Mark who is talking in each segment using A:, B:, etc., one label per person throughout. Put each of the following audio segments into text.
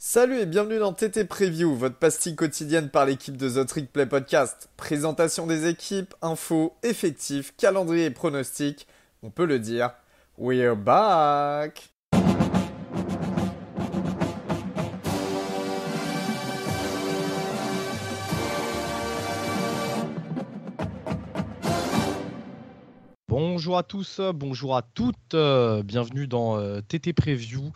A: Salut et bienvenue dans TT Preview, votre pastille quotidienne par l'équipe de The Trick Play Podcast. Présentation des équipes, infos, effectifs, calendrier et pronostics. On peut le dire, we're back!
B: Bonjour à tous, bonjour à toutes, bienvenue dans TT Preview.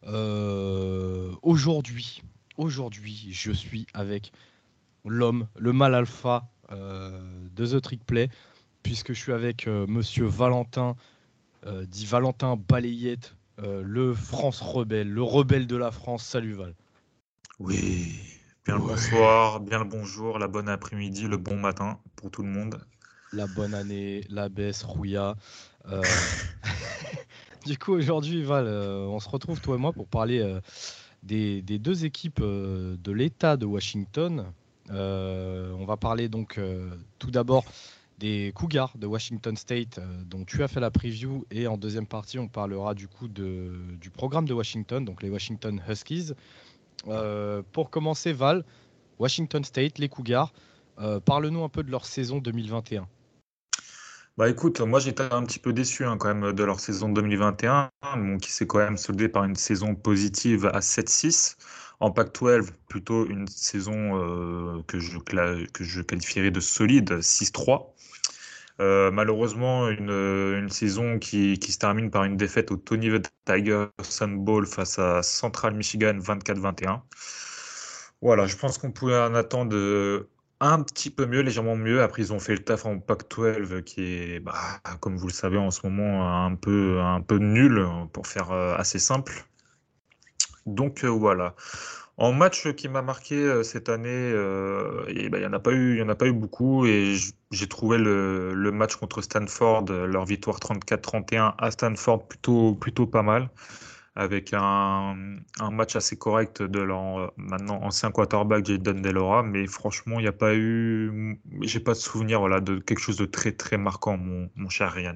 B: Aujourd'hui, je suis avec l'homme, le mal alpha de The Trick Play, puisque je suis avec monsieur Valentin, dit Valentin Balayette, le France rebelle, le rebelle de la France. Salut Val.
C: Oui, bien le
B: Ouais.
C: bonsoir, bien le bonjour, la bonne après-midi, le bon matin pour tout le monde.
B: La bonne année, la baisse, Rouya. Euh, Du coup, aujourd'hui, Val, on se retrouve, toi et moi, pour parler des deux équipes de l'État de Washington. On va parler donc tout d'abord des Cougars de Washington State, dont tu as fait la preview, et en deuxième partie, on parlera du coup du programme de Washington, donc les Washington Huskies. Pour commencer, Val, Washington State, les Cougars, parle-nous un peu de leur saison 2021.
C: Bah écoute, moi j'étais un petit peu déçu quand même de leur saison 2021, bon, qui s'est quand même soldée par une saison positive à 7-6. En Pac-12, plutôt une saison que je qualifierais de solide, 6-3. Malheureusement, une saison qui se termine par une défaite au Tony the Tiger Sun Bowl face à Central Michigan 24-21. Voilà, je pense qu'on pouvait en attendre un petit peu mieux, légèrement mieux. Après, ils ont fait le taf en Pac-12 qui est, bah, comme vous le savez en ce moment, un peu nul pour faire assez simple. Donc voilà. En match qui m'a marqué cette année, et ben, il y en a pas eu beaucoup et j'ai trouvé le match contre Stanford, leur victoire 34-31 à Stanford plutôt pas mal, avec un match assez correct de leur maintenant ancien quarterback Jayden Delora, mais franchement, il n'y a pas eu, j'ai pas de souvenir voilà, de quelque chose de très très marquant, mon cher Ryan.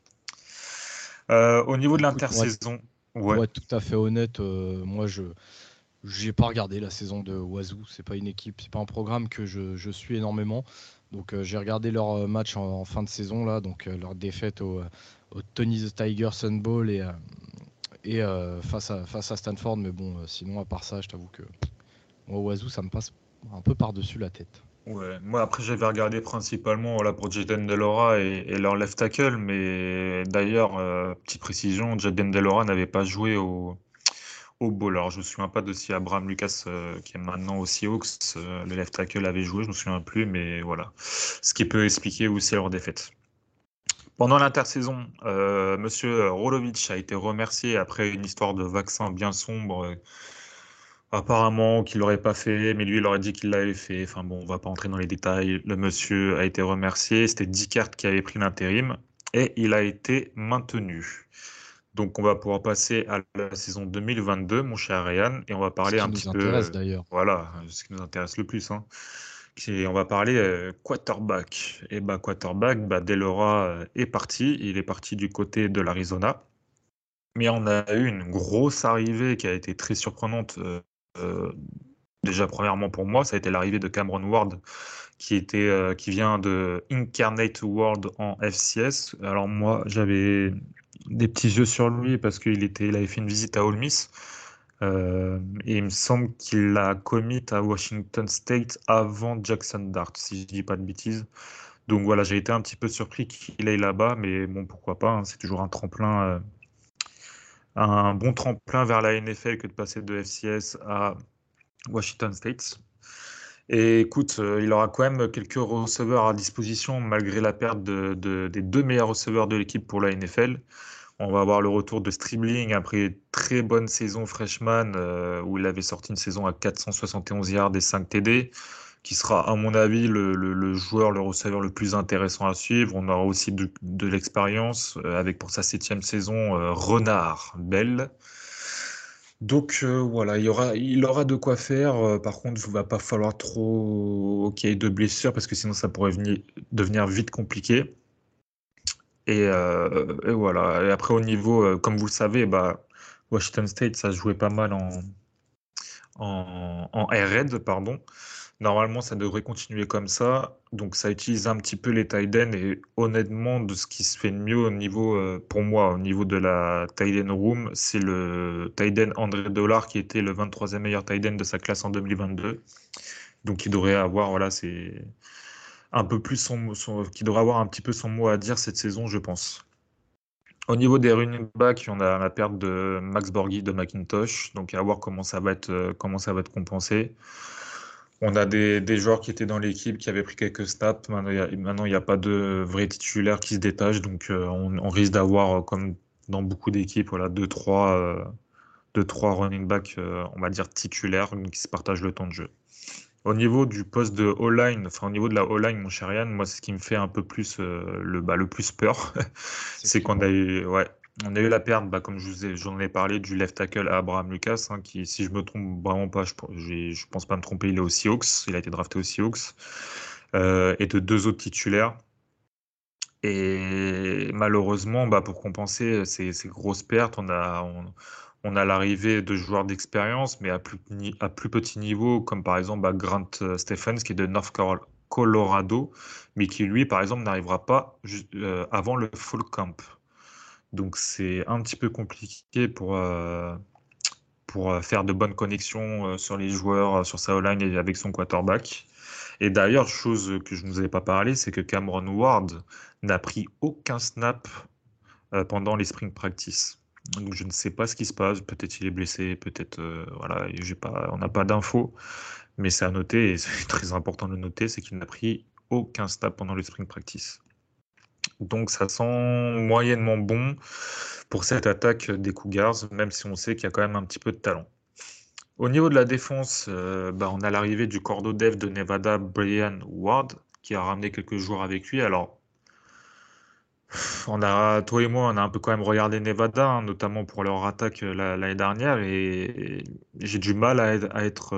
C: Au niveau de
B: Écoute,
C: l'intersaison, ouais.
B: pour être tout à fait honnête, moi, je j'ai pas regardé la saison de Wazoo. C'est pas une équipe, c'est pas un programme que je suis énormément. Donc j'ai regardé leur match en fin de saison là, donc leur défaite au Tony the Tiger Sun Bowl et face à Stanford. Mais bon, sinon à part ça, je t'avoue que moi Wazoo, ça me passe un peu par-dessus la tête.
C: Ouais, moi après j'avais regardé principalement voilà, pour Jaden Delora et leur left tackle, mais d'ailleurs, petite précision, Jaden Delora n'avait pas joué au bowl. Alors je me souviens pas de si Abraham Lucas, qui est maintenant au Seahawks, le left tackle avait joué, je me souviens plus, mais voilà. Ce qui peut expliquer aussi leur défaite. Pendant l'intersaison, Monsieur Rolovic a été remercié après une histoire de vaccin bien sombre. Apparemment qu'il l'aurait pas fait, mais lui il aurait dit qu'il l'avait fait. Enfin bon, on va pas entrer dans les détails. Le monsieur a été remercié. C'était Dick Hart qui avait pris l'intérim et il a été maintenu. Donc on va pouvoir passer à la saison 2022, mon cher Ryan, et on va
B: Ce
C: parler
B: qui
C: un petit
B: nous
C: peu,
B: intéresse d'ailleurs.
C: voilà, ce qui nous intéresse le plus, hein. On va parler quarterback. Et bah quarterback, bah Delora est parti. Il est parti du côté de l'Arizona. Mais on a eu une grosse arrivée qui a été très surprenante. Euh, Déjà, premièrement pour moi, ça a été l'arrivée de Cameron Ward, qui vient de Incarnate World en FCS. Alors moi, j'avais des petits yeux sur lui parce il avait fait une visite à Ole Miss. Et il me semble qu'il a commit à Washington State avant Jackson Dart, si je dis pas de bêtises. Donc voilà, j'ai été un petit peu surpris qu'il aille là-bas, mais bon, pourquoi pas, hein, c'est toujours un bon tremplin vers la NFL que de passer de FCS à Washington State. Et écoute, il aura quand même quelques receveurs à disposition malgré la perte des deux meilleurs receveurs de l'équipe pour la NFL. On va avoir le retour de Stribling après une très bonne saison freshman où il avait sorti une saison à 471 yards et 5 TD, qui sera à mon avis le joueur, le receveur le plus intéressant à suivre. On aura aussi de l'expérience avec pour sa septième saison Renard Bell. Donc voilà, il aura de quoi faire. Par contre, il va pas falloir trop qu'il y ait de blessures parce que sinon ça pourrait devenir vite compliqué. Et voilà. Et après au niveau, comme vous le savez, bah Washington State, ça se jouait pas mal en air raid, pardon. Normalement, ça devrait continuer comme ça. Donc, ça utilise un petit peu les tight ends. Et honnêtement, de ce qui se fait de mieux au niveau, pour moi, au niveau de la tight end room, c'est le tight end André Dollar qui était le 23e meilleur tight end de sa classe en 2022. Donc, il devrait avoir, voilà, c'est un peu plus qui devrait avoir un petit peu son mot à dire cette saison, je pense. Au niveau des running backs, on a la perte de Max Borghi de McIntosh, donc à voir comment ça va être compensé. On a des joueurs qui étaient dans l'équipe, qui avaient pris quelques snaps. Maintenant, il n'y a pas de vrai titulaire qui se détache, donc on risque d'avoir, comme dans beaucoup d'équipes, voilà, deux, trois running backs, on va dire titulaires, qui se partagent le temps de jeu. Au niveau du poste de O-line, enfin au niveau de la O-line, mon cher Yann, moi c'est ce qui me fait un peu plus le plus peur, c'est qu'on a eu, ouais, on a eu la perte, comme j'en ai parlé, du left tackle à Abraham Lucas, hein, qui, si je me trompe vraiment pas, je pense pas me tromper, il est aux Seahawks, il a été drafté aux Seahawks, et de deux autres titulaires. Et malheureusement, pour compenser ces grosses pertes, on a l'arrivée de joueurs d'expérience, mais à plus petit niveau, comme par exemple Grant Stephens, qui est de Colorado, mais qui lui, par exemple, n'arrivera pas avant le fall camp. Donc c'est un petit peu compliqué pour faire de bonnes connexions sur les joueurs, sur sa O-line et avec son quarterback. Et d'ailleurs, chose que je ne vous avais pas parlé, c'est que Cameron Ward n'a pris aucun snap pendant les spring practice. Donc je ne sais pas ce qui se passe. Peut-être il est blessé, peut-être voilà, on n'a pas d'infos, mais c'est à noter et c'est très important de le noter, c'est qu'il n'a pris aucun snap pendant les spring practice. Donc ça sent moyennement bon pour cette attaque des Cougars, même si on sait qu'il y a quand même un petit peu de talent. Au niveau de la défense, on a l'arrivée du cordo dev de Nevada, Brian Ward, qui a ramené quelques joueurs avec lui. Alors, toi et moi, on a un peu quand même regardé Nevada, hein, notamment pour leur attaque l'année dernière, et j'ai du mal à être,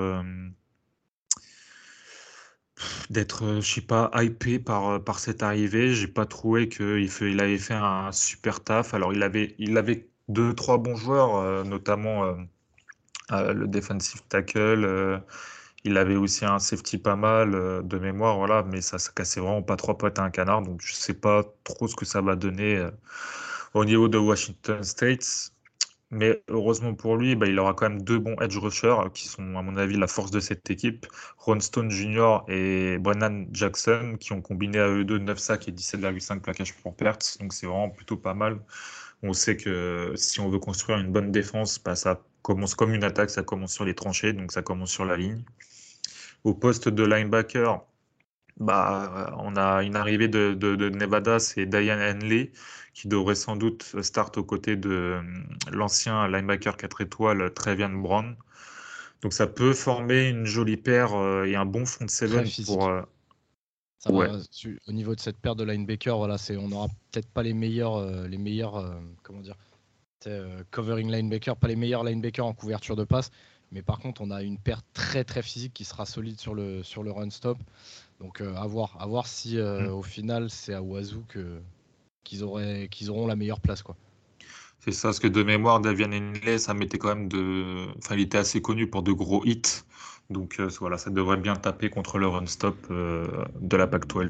C: d'être, je sais pas, hypé par cette arrivée. J'ai pas trouvé il avait fait un super taf. Alors, il avait deux, trois bons joueurs, notamment le defensive tackle. Il avait aussi un safety pas mal de mémoire, voilà, mais ça cassait vraiment pas trois pattes à un canard. Donc, je sais pas trop ce que ça va donner au niveau de Washington State. Mais heureusement pour lui, il aura quand même deux bons edge rushers qui sont, à mon avis, la force de cette équipe. Ron Stone Jr. et Brennan Jackson, qui ont combiné à eux deux 9 sacs et 17,5 plaquages pour pertes. Donc c'est vraiment plutôt pas mal. On sait que si on veut construire une bonne défense, ça commence comme une attaque, ça commence sur les tranchées, donc ça commence sur la ligne. Au poste de linebacker, on a une arrivée de Nevada, c'est Diane Henley, qui devrait sans doute start aux côtés de l'ancien linebacker 4 étoiles Trevian Brown. Donc ça peut former une jolie paire et un bon front seven pour. Ouais.
B: Au niveau de cette paire de linebacker, voilà, on n'aura peut-être pas les meilleurs, comment dire, covering linebacker, pas les meilleurs linebackers en couverture de passe, mais par contre, on a une paire très très physique qui sera solide sur le run stop. Donc à voir si au final c'est à Wazoo qu'ils auront la meilleure place, quoi.
C: C'est ça, parce que de mémoire, Davian Henley, ça mettait quand même il était assez connu pour de gros hits. Donc voilà, ça devrait bien taper contre le run stop de la Pac-12.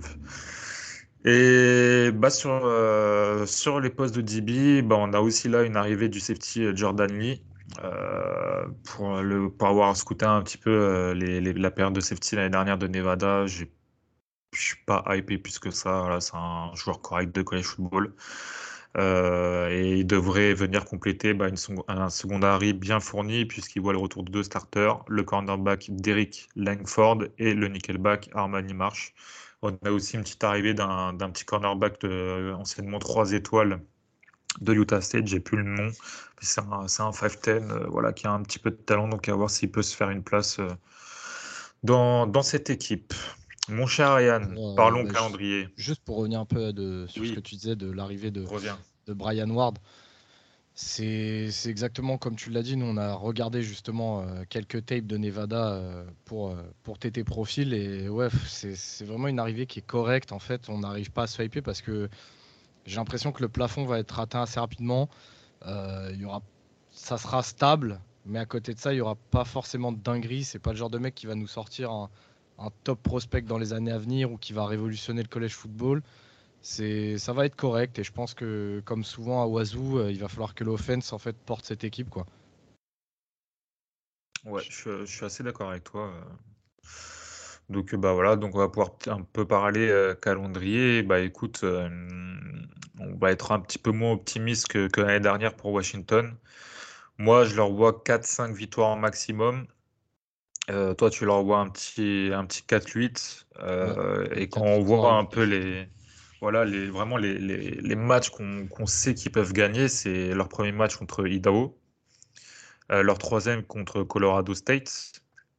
C: Et sur les postes de DB, on a aussi là une arrivée du safety Jordan Lee. Pour avoir scouté un petit peu la période de safety l'année dernière de Nevada, je suis pas hypé plus que ça. Voilà, c'est un joueur correct de college football. Et il devrait venir compléter un secondary bien fourni puisqu'il voit le retour de deux starters, le cornerback Derrick Langford et le nickelback Armani Marsh. On a aussi une petite arrivée d'un petit cornerback anciennement 3 étoiles de Utah State, j'ai plus le nom. C'est un 5'10", voilà, qui a un petit peu de talent, donc à voir s'il peut se faire une place dans cette équipe. Mon cher Ryan, parlons calendrier.
B: Juste pour revenir un peu sur ce que tu disais de l'arrivée de Brian Ward, c'est exactement comme tu l'as dit. Nous, on a regardé justement quelques tapes de Nevada pour TT Profil, et ouais, c'est vraiment une arrivée qui est correcte. En fait, on n'arrive pas à se hyper parce que j'ai l'impression que le plafond va être atteint assez rapidement. Ça sera stable, Mais à côté de ça, il n'y aura pas forcément de dinguerie. C'est pas le genre de mec qui va nous sortir un top prospect dans les années à venir ou qui va révolutionner le college football. Ça va être correct et je pense que, comme souvent à Wazoo, il va falloir que l'offense en fait porte cette équipe, quoi.
C: Ouais, je suis assez d'accord avec toi. Donc bah voilà, donc on va pouvoir un peu parler calendrier. Bah écoute, on va être un petit peu moins optimiste que l'année dernière pour Washington. Moi, je leur vois 4-5 victoires en maximum. Toi, tu leur vois un petit 4-8.
B: Ouais,
C: Et quand
B: 4
C: on
B: victoires,
C: voit un
B: 8
C: peu
B: défaites.
C: voilà, vraiment les matchs qu'on sait qu'ils peuvent gagner, c'est leur premier match contre Idaho, leur troisième contre Colorado State.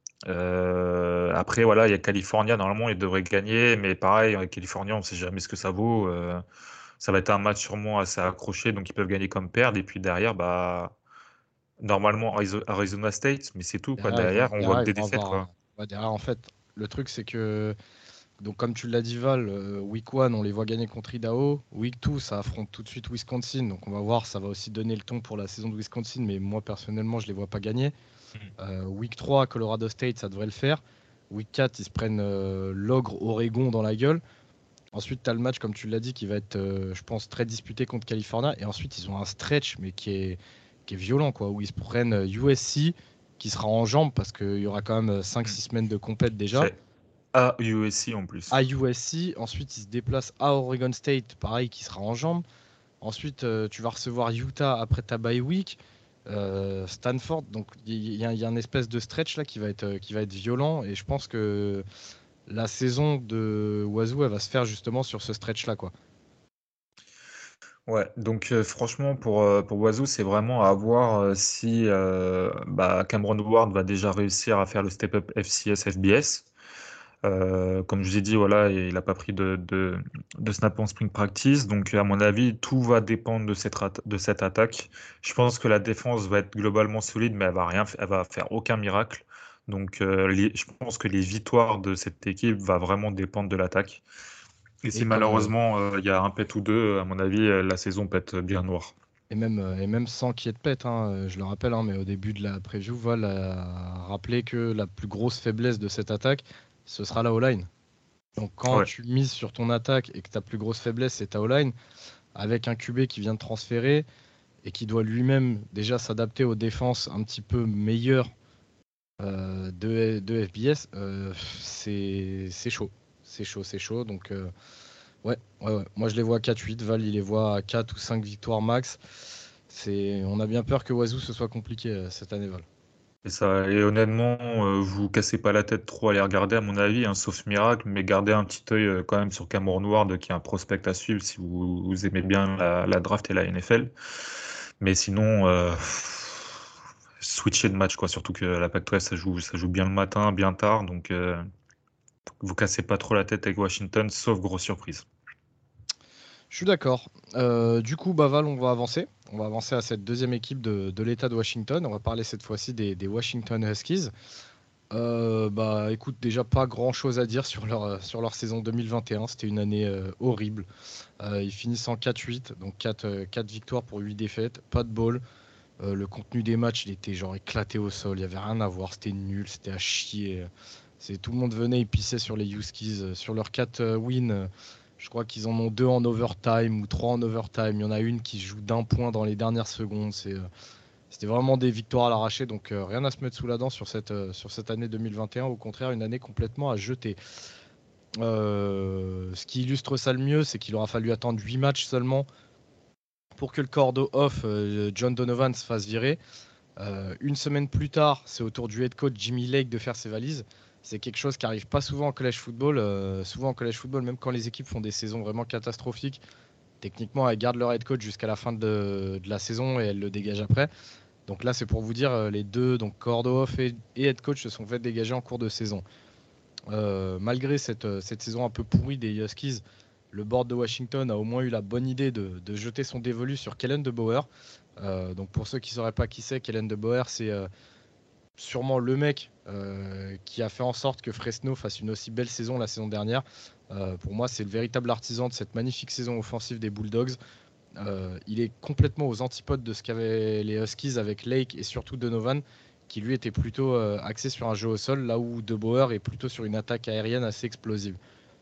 C: Après, voilà, il y a California, normalement, ils devraient gagner, mais pareil, avec California, on ne sait jamais ce que ça vaut. Ça va être un match sûrement assez accroché, donc ils peuvent gagner comme perdre. Et puis derrière, bah, normalement, Arizona State, mais c'est tout, quoi. Derrière, on voit que
B: Derrière, ils
C: des
B: vont
C: défaites,
B: avoir.
C: quoi.
B: Ouais, derrière, en fait, le truc, c'est que. Donc, comme tu l'as dit, Val, Week 1, on les voit gagner contre Idaho. Week 2, ça affronte tout de suite Wisconsin. Donc, on va voir, ça va aussi donner le ton pour la saison de Wisconsin. Mais moi, personnellement, je les vois pas gagner. Week 3, Colorado State, ça devrait le faire. Week 4, ils se prennent l'ogre Oregon dans la gueule. Ensuite, tu as le match, comme tu l'as dit, qui va être, je pense, très disputé contre California. Et ensuite, ils ont un stretch, mais qui est violent, quoi, où ils se prennent USC, qui sera en jambes, parce qu'il y aura quand même
C: Mm.
B: 5-6 semaines de compète déjà.
C: C'est à USC en plus.
B: À USC, ensuite, ils se déplacent à Oregon State, pareil, qui sera en jambes. Ensuite, tu vas recevoir Utah après ta bye week. Stanford, donc il y a un espèce de stretch là qui va être violent et je pense que la saison de Wazoo elle va se faire justement sur ce stretch là quoi.
C: Ouais, donc franchement, pour Wazoo, c'est vraiment à voir si bah, Cameron Ward va déjà réussir à faire le step-up FCS, FBS. Comme je vous ai dit, voilà, il n'a pas pris de snap en spring practice. Donc, à mon avis, tout va dépendre de cette attaque. Je pense que la défense va être globalement solide, mais elle va faire aucun miracle. Donc, je pense que les victoires de cette équipe va vraiment dépendre de l'attaque. Et
B: Et
C: si
B: comme
C: malheureusement il y a un pet ou deux, à mon avis, la saison peut être bien noire.
B: et même sans qu'il y ait de pète, hein, je le rappelle, hein, mais au début de la preview, Val a rappelé que la plus grosse faiblesse de cette attaque, ce sera la O-line. Donc quand
C: Ouais.
B: tu mises sur ton attaque et que ta plus grosse faiblesse c'est ta O-line, avec un QB qui vient de transférer et qui doit lui-même déjà s'adapter aux défenses un petit peu meilleures de FBS, c'est chaud. C'est chaud, c'est chaud. Donc, ouais, ouais, ouais. Moi, je les vois à 4-8. Val, il les voit à 4 ou 5 victoires max. On a bien peur que Wazoo ce soit compliqué cette année, Val.
C: Et honnêtement, vous cassez pas la tête trop à les regarder, à mon avis, hein, sauf miracle, mais gardez un petit œil quand même sur Cameron Ward, qui est un prospect à suivre si vous aimez bien la draft et la NFL. Mais sinon, switchez de match, quoi. Surtout que la Pac-12, ça joue bien le matin, bien tard, donc vous cassez pas trop la tête avec Washington, sauf grosse surprise.
B: Je suis d'accord. Du coup, bah, Val, on va avancer. On va avancer à cette deuxième équipe de l'État de Washington. On va parler cette fois-ci des Washington Huskies. Bah, écoute, déjà pas grand-chose à dire sur leur saison 2021. C'était une année horrible. Ils finissent en 4-8, donc 4 victoires pour 8 défaites, pas de ball. Le contenu des matchs, il était genre éclaté au sol, il n'y avait rien à voir, c'était nul, c'était à chier. Tout le monde venait et pissait sur les Huskies. Sur leurs 4 wins, je crois qu'ils en ont 2 en overtime ou 3 en overtime. Il y en a une qui joue d'un point dans les dernières secondes. C'était vraiment des victoires à l'arraché, donc rien à se mettre sous la dent sur cette année 2021. Au contraire, une année complètement à jeter. Ce qui illustre ça le mieux, c'est qu'il aura fallu attendre 8 matchs seulement pour que le cordeau off John Donovan se fasse virer. Une semaine plus tard, c'est au tour du head coach Jimmy Lake de faire ses valises. C'est quelque chose qui arrive pas souvent en college football. Souvent en college football, même quand les équipes font des saisons vraiment catastrophiques, techniquement, elles gardent leur head coach jusqu'à la fin de la saison et elles le dégagent après. Donc là, c'est pour vous dire, les deux, donc cordeau off et head coach, se sont fait dégager en cours de saison. Malgré cette saison un peu pourrie des Huskies, le board de Washington a au moins eu la bonne idée de jeter son dévolu sur Kellen DeBoer. Donc pour ceux qui ne sauraient pas qui c'est, Kellen DeBoer, c'est sûrement le mec qui a fait en sorte que Fresno fasse une aussi belle saison la saison dernière. Pour moi, c'est le véritable artisan de cette magnifique saison offensive des Bulldogs. Il est complètement aux antipodes de ce qu'avaient les Huskies avec Lake et surtout Donovan, qui lui était plutôt axé sur un jeu au sol, là où De Boer est plutôt sur une attaque aérienne assez explosive.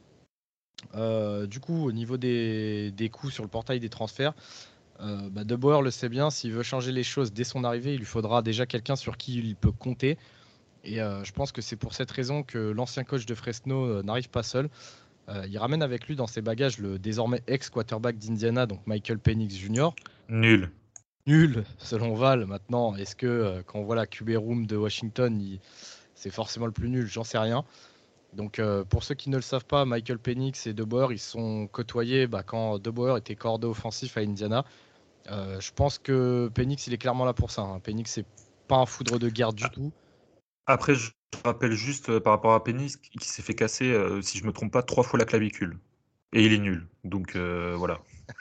B: Du coup, au niveau des coûts sur le portail des transferts, De Boer le sait bien, s'il veut changer les choses dès son arrivée, il lui faudra déjà quelqu'un sur qui il peut compter. Et je pense que c'est pour cette raison que l'ancien coach de Fresno n'arrive pas seul. Il ramène avec lui dans ses bagages le désormais ex-quarterback d'Indiana, donc Michael Penix Jr.
C: Nul.
B: Nul, selon Val. Maintenant, est-ce que quand on voit la QB room de Washington, c'est forcément le plus nul? J'en sais rien. Donc, pour ceux qui ne le savent pas, Michael Penix et De Boer, ils sont côtoyés quand De Boer était coordonné offensif à Indiana. Je pense que Penix, il est clairement là pour ça. Penix, c'est pas un foudre de guerre du tout.
C: Après, je rappelle juste par rapport à Penix qui s'est fait casser, si je me trompe pas, 3 fois la clavicule. Et il est nul. Donc voilà.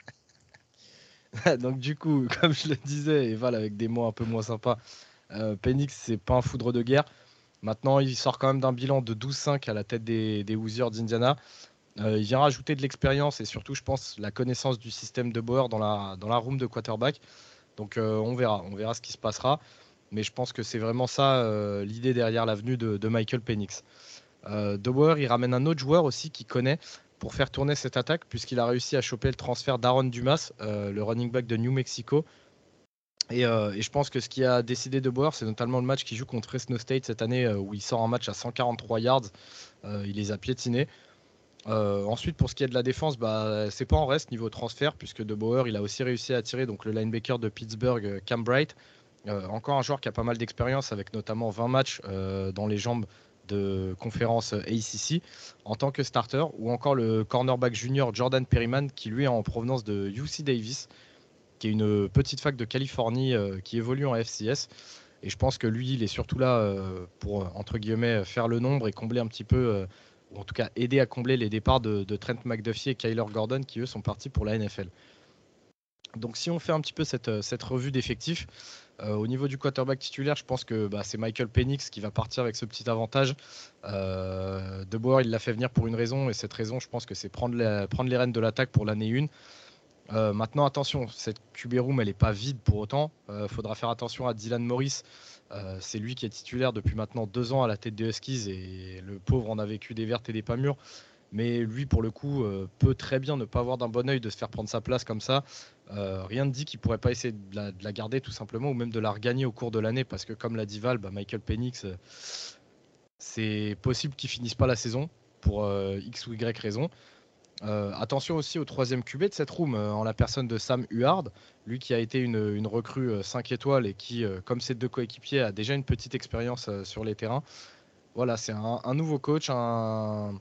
B: Donc, du coup, comme je le disais, et Val avec des mots un peu moins sympas, Penix, c'est pas un foudre de guerre. Maintenant, il sort quand même d'un bilan de 12-5 à la tête des Hoosiers d'Indiana. Il vient rajouter de l'expérience et surtout, je pense, la connaissance du système de Bauer dans la room de quarterback. Donc on verra ce qui se passera. Mais je pense que c'est vraiment ça l'idée derrière la venue de Michael Penix. De Boer, il ramène un autre joueur aussi qu'il connaît pour faire tourner cette attaque, puisqu'il a réussi à choper le transfert d'Aaron Dumas, le running back de New Mexico. Et je pense que ce qui a décidé De Boer, c'est notamment le match qu'il joue contre Fresno State cette année, où il sort un match à 143 yards. Il les a piétinés. Ensuite, pour ce qui est de la défense, c'est pas en reste niveau transfert, puisque De Boer, il a aussi réussi à attirer donc, le linebacker de Pittsburgh, Cam Bright. Encore un joueur qui a pas mal d'expérience, avec notamment 20 matchs dans les jambes de conférence ACC en tant que starter, ou encore le cornerback junior Jordan Perryman, qui lui est en provenance de UC Davis, qui est une petite fac de Californie qui évolue en FCS. Et je pense que lui, il est surtout là pour, entre guillemets, faire le nombre et combler un petit peu, ou en tout cas aider à combler les départs de Trent McDuffie et Kyler Gordon, qui eux sont partis pour la NFL. Donc si on fait un petit peu cette revue d'effectifs, au niveau du quarterback titulaire, je pense que c'est Michael Penix qui va partir avec ce petit avantage. De Boer, il l'a fait venir pour une raison, et cette raison, je pense que c'est prendre les rênes de l'attaque pour l'année 1. Maintenant, attention, cette QB room, elle n'est pas vide pour autant. Faudra faire attention à Dylan Morris. C'est lui qui est titulaire depuis maintenant 2 ans à la tête des Huskies, et le pauvre en a vécu des vertes et des pas mûres. Mais lui, pour le coup, peut très bien ne pas avoir d'un bon oeil de se faire prendre sa place comme ça. Rien ne dit qu'il ne pourrait pas essayer de la garder tout simplement, ou même de la regagner au cours de l'année, parce que comme l'a dit Val, Michael Penix, c'est possible qu'il finisse pas la saison pour X ou Y raison. Attention aussi au troisième QB de cette room, en la personne de Sam Huard, lui qui a été une recrue 5 étoiles et qui, comme ses 2 coéquipiers, a déjà une petite expérience sur les terrains. Voilà, c'est un nouveau coach, un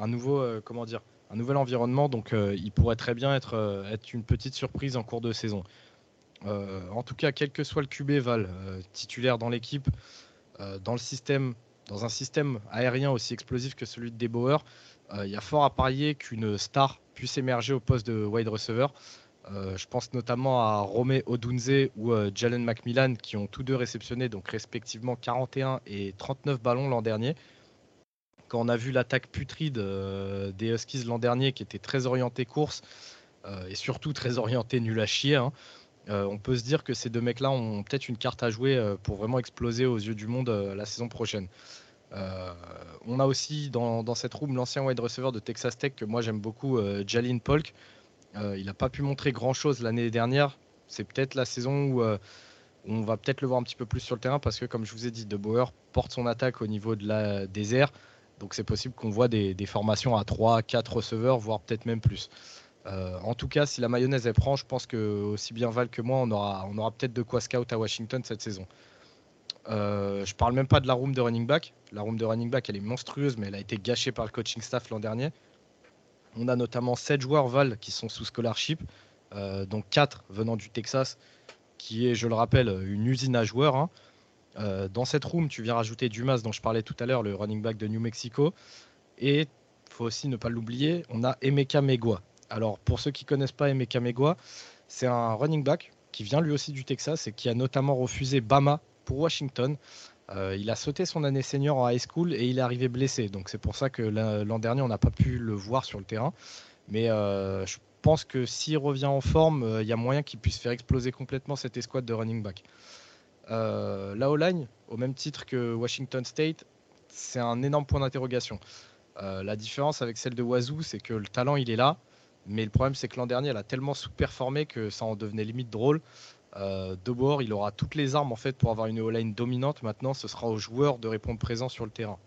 B: nouvel environnement, donc il pourrait très bien être une petite surprise en cours de saison. En tout cas, quel que soit le QB Val, titulaire dans l'équipe, dans un système aérien aussi explosif que celui de De Boer, il y a fort à parier qu'une star puisse émerger au poste de wide receiver. Je pense notamment à Romé Odunze ou Jalen McMillan, qui ont tous deux réceptionné donc respectivement 41 et 39 ballons l'an dernier. Quand on a vu l'attaque putride des Huskies l'an dernier, qui était très orientée course et surtout très orientée nul à chier, on peut se dire que ces 2 mecs-là ont peut-être une carte à jouer pour vraiment exploser aux yeux du monde la saison prochaine. On a aussi dans cette room l'ancien wide receiver de Texas Tech que moi j'aime beaucoup, Jalin Polk. Il n'a pas pu montrer grand-chose l'année dernière. C'est peut-être la saison où on va peut-être le voir un petit peu plus sur le terrain, parce que comme je vous ai dit, De Boer porte son attaque au niveau des airs. Donc c'est possible qu'on voit des formations à 3, 4 receveurs, voire peut-être même plus. En tout cas, si la mayonnaise elle prend, je pense que aussi bien Val que moi, on aura peut-être de quoi scout à Washington cette saison. Je parle même pas de la room de running back. La room de running back, elle est monstrueuse, mais elle a été gâchée par le coaching staff l'an dernier. On a notamment 7 joueurs Val qui sont sous scholarship, donc 4 venant du Texas, qui est, je le rappelle, une usine à joueurs. Dans cette room, tu viens rajouter Dumas, dont je parlais tout à l'heure, le running back de New Mexico. Et il faut aussi ne pas l'oublier, on a Emeka Megwa. Alors, pour ceux qui ne connaissent pas Emeka Megwa, c'est un running back qui vient lui aussi du Texas et qui a notamment refusé Bama pour Washington. Il a sauté son année senior en high school et il est arrivé blessé. Donc, c'est pour ça que l'an dernier, on n'a pas pu le voir sur le terrain. Mais je pense que s'il revient en forme, il y a moyen qu'il puisse faire exploser complètement cette escouade de running back. La O-line, au même titre que Washington State, c'est un énorme point d'interrogation. La différence avec celle de Wazoo, c'est que le talent, il est là. Mais le problème, c'est que l'an dernier, elle a tellement sous-performé que ça en devenait limite drôle. De Boer, il aura toutes les armes en fait pour avoir une O-line dominante. Maintenant, ce sera aux joueurs de répondre présent sur le terrain.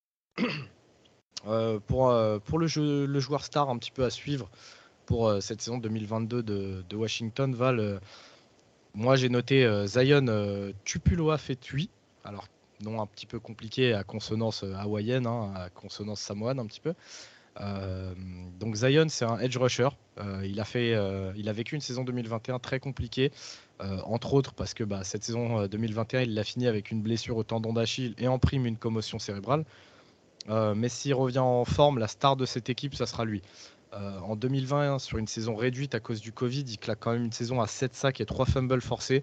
B: Pour le joueur star un petit peu à suivre pour cette saison 2022 de Washington, Val, moi j'ai noté Zion Tupuloa Fetui. Alors, nom un petit peu compliqué à consonance hawaïenne, hein, à consonance samoane un petit peu. Donc Zion, c'est un edge rusher. Il a vécu une saison 2021 très compliquée, entre autres parce que cette saison 2021, il l'a fini avec une blessure au tendon d'Achille et en prime une commotion cérébrale. Mais s'il revient en forme, la star de cette équipe, ça sera lui. En 2020, sur une saison réduite à cause du Covid, il claque quand même une saison à 7 sacs et 3 fumbles forcés.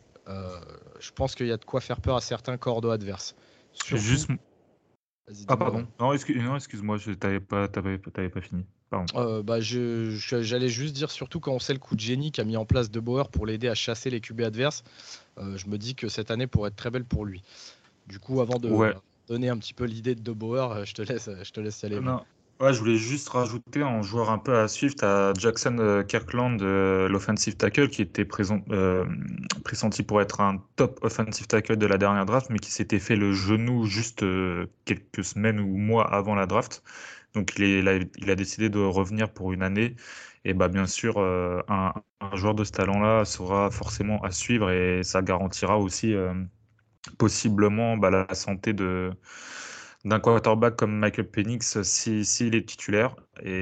B: Je pense qu'il y a de quoi faire peur à certains cordeaux adverses. Surtout...
C: Juste.
B: Vas-y,
C: Ah,
B: dis-moi.
C: pardon. Non, excuse-moi, t'avais pas fini. Pardon.
B: J'allais juste dire, surtout quand on sait le coup de génie qu'a mis en place De Boer pour l'aider à chasser les QB adverses, je me dis que cette année pourrait être très belle pour lui. Du coup, avant de
C: Ouais.
B: donner un petit peu l'idée de Bauer, je te laisse y aller.
C: Non. Ouais, je voulais juste rajouter en joueur un peu à suivre, tu as Jackson Kirkland, l'offensive tackle, qui était pressenti pour être un top offensive tackle de la dernière draft, mais qui s'était fait le genou juste quelques semaines ou mois avant la draft. Donc il a décidé de revenir pour une année. Et bien sûr, un joueur de ce talent-là sera forcément à suivre et ça garantira aussi possiblement la santé d'un quarterback comme Michael Penix s'il est titulaire.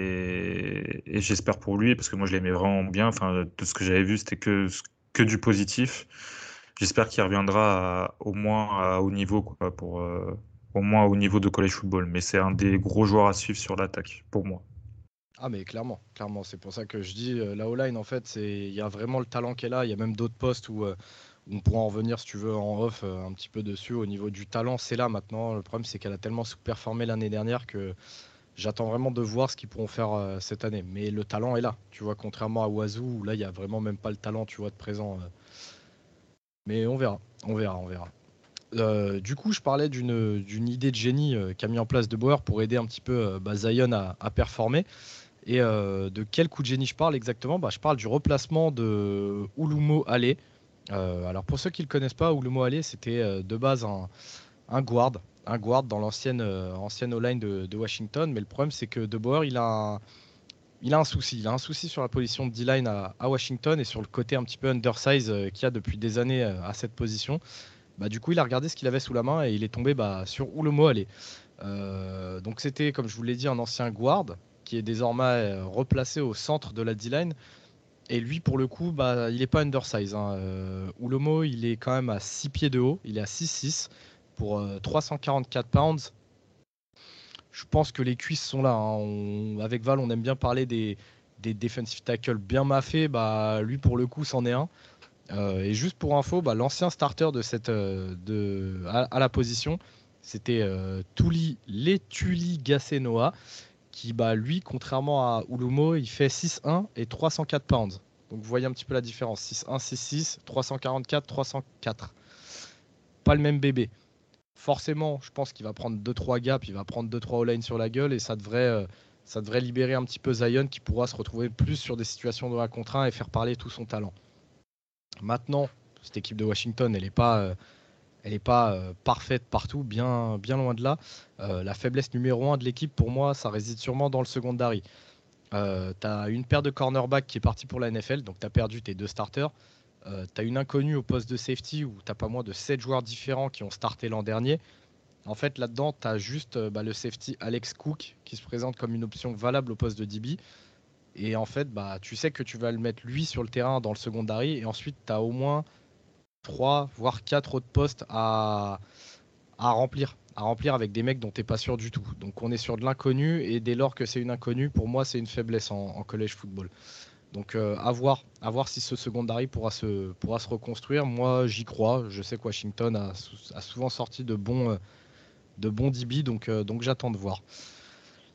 C: Et j'espère pour lui, parce que moi je l'aimais vraiment bien. Enfin, tout ce que j'avais vu, c'était que du positif. J'espère qu'il reviendra au moins à haut niveau, quoi, au moins au niveau de college football. Mais c'est un des gros joueurs à suivre sur l'attaque, pour moi.
B: Ah mais clairement, c'est pour ça que je dis la O-line en fait, il y a vraiment le talent qui est là, il y a même d'autres postes où on pourra en revenir si tu veux en off un petit peu dessus au niveau du talent, c'est là maintenant. Le problème c'est qu'elle a tellement sous-performé l'année dernière que j'attends vraiment de voir ce qu'ils pourront faire cette année. Mais le talent est là, tu vois, contrairement à Wazoo où là il y a vraiment même pas le talent, tu vois, de présent. Mais on verra, on verra, on verra. Du coup, je parlais d'une idée de génie qu'a mis en place De Boer pour aider un petit peu Zion à performer. Et de quel coup de génie je parle exactement? Je parle du replacement de Ulumo Ale. Alors pour ceux qui ne le connaissent pas, Ulumo Ale, c'était de base un guard dans ancienne O-line de Washington. Mais le problème, c'est que De Boer, il a un souci. Il a un souci sur la position de D-line à Washington et sur le côté un petit peu undersize qu'il y a depuis des années à cette position. Du coup, il a regardé ce qu'il avait sous la main et il est tombé sur Ulumo Ale. Donc c'était, comme je vous l'ai dit, un ancien guard qui est désormais replacé au centre de la D-line. Et lui, pour le coup, il n'est pas undersize, hein. Ulomo, il est quand même à 6 pieds de haut. Il est à 6'6 pour 344 pounds. Je pense que les cuisses sont là, hein. Avec Val, on aime bien parler des defensive tackles bien maffés. Lui, pour le coup, c'en est un. Et juste pour info, l'ancien starter à la position, c'était Tuli Letuli Gasenoa, qui, lui, contrairement à Ulumo, il fait 6'1 et 304 pounds. Donc vous voyez un petit peu la différence. 6'1, 6'6, 344, 304. Pas le même bébé. Forcément, je pense qu'il va prendre 2-3 gaps, il va prendre 2-3 all-line sur la gueule et ça devrait libérer un petit peu Zion qui pourra se retrouver plus sur des situations de 1 contre 1 et faire parler tout son talent. Maintenant, cette équipe de Washington, elle n'est pas parfaite partout, bien loin de là. La faiblesse numéro 1 de l'équipe, pour moi, ça réside sûrement dans le secondary. Tu as une paire de cornerbacks qui est partie pour la NFL, donc tu as perdu tes 2 starters. Tu as une inconnue au poste de safety où tu as pas moins de 7 joueurs différents qui ont starté l'an dernier. En fait, là-dedans, tu as juste le safety Alex Cook qui se présente comme une option valable au poste de DB. Et en fait, tu sais que tu vas le mettre lui sur le terrain dans le secondary. Et ensuite, tu as au moins 3 voire 4 autres postes à remplir avec des mecs dont tu n'es pas sûr du tout. Donc on est sur de l'inconnu. Et dès lors que c'est une inconnue, pour moi, c'est une faiblesse en college football. Donc à voir si ce secondary pourra se reconstruire. Moi, j'y crois. Je sais que Washington a souvent sorti de bons DB, donc j'attends de voir.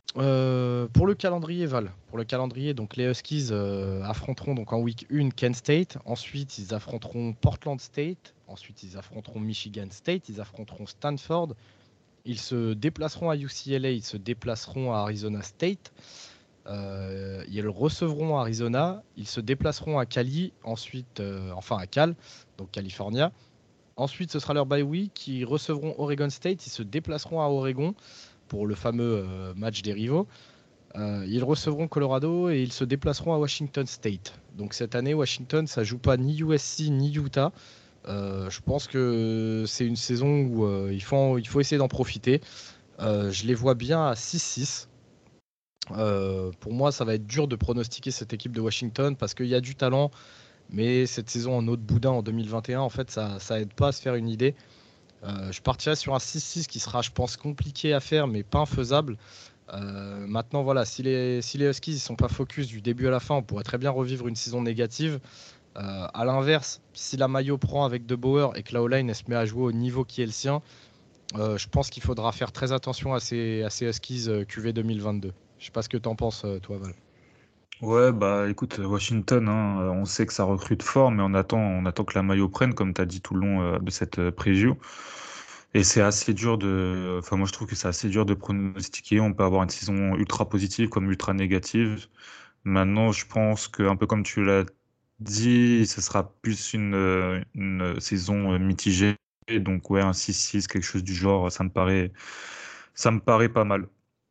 B: Pour le calendrier, Val, pour le calendrier, donc les Huskies affronteront donc en week 1 Kent State, ensuite ils affronteront Portland State, ensuite ils affronteront Michigan State, ils affronteront Stanford, ils se déplaceront à UCLA, ils se déplaceront à Arizona State, ils recevront Arizona, ils se déplaceront à Cali, ensuite, enfin à Cal, donc California. Ensuite, ce sera leur bye week, ils recevront Oregon State, ils se déplaceront à Oregon pour le fameux match des rivaux. Ils recevront Colorado et ils se déplaceront à Washington State. Donc cette année, Washington, ça joue pas ni USC ni Utah. Je pense que c'est une saison où il faut essayer d'en profiter. Je les vois bien à 6-6. Pour moi, ça va être dur de pronostiquer cette équipe de Washington parce qu'il y a du talent, mais cette saison en autre boudin en 2021, en fait, ça aide pas à se faire une idée. Je partirais sur un 6-6 qui sera, je pense, compliqué à faire, mais pas infaisable. Maintenant, voilà, si les Huskies ne sont pas focus du début à la fin, on pourrait très bien revivre une saison négative. À l'inverse, si la Mayo prend avec De Boer et que la O-line se met à jouer au niveau qui est le sien, je pense qu'il faudra faire très attention à ces Huskies QV 2022. Je sais pas ce que tu en penses, toi, Val.
C: Ouais, bah écoute, Washington, hein, on sait que ça recrute fort, mais on attend que la maillot prenne, comme tu as dit tout le long de cette preview. Et c'est assez dur de. Enfin, moi, je trouve que c'est assez dur de pronostiquer. On peut avoir une saison ultra positive comme ultra négative. Maintenant, je pense que, un peu comme tu l'as dit, ce sera plus une saison mitigée. Donc, ouais, un 6-6, quelque chose du genre, ça me paraît pas mal.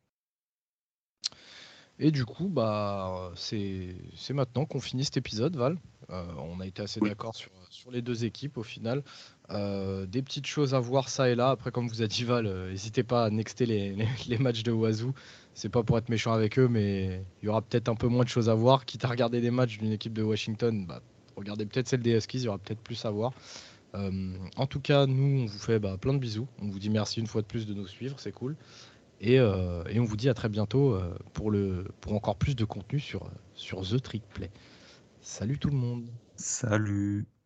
B: Et du coup, bah, c'est maintenant qu'on finit cet épisode, Val. On a été assez
C: Oui.
B: d'accord sur les deux équipes au final. Des petites choses à voir ça et là. Après, comme vous a dit Val, n'hésitez pas à nexter les matchs de Wazoo. C'est pas pour être méchant avec eux, mais il y aura peut-être un peu moins de choses à voir. Quitte à regarder des matchs d'une équipe de Washington, bah, regardez peut-être celle des Huskies, il y aura peut-être plus à voir. En tout cas, nous, on vous fait plein de bisous. On vous dit merci une fois de plus de nous suivre, c'est cool. Et on vous dit à très bientôt pour encore plus de contenu sur The Trick Play. Salut tout le monde.
C: Salut.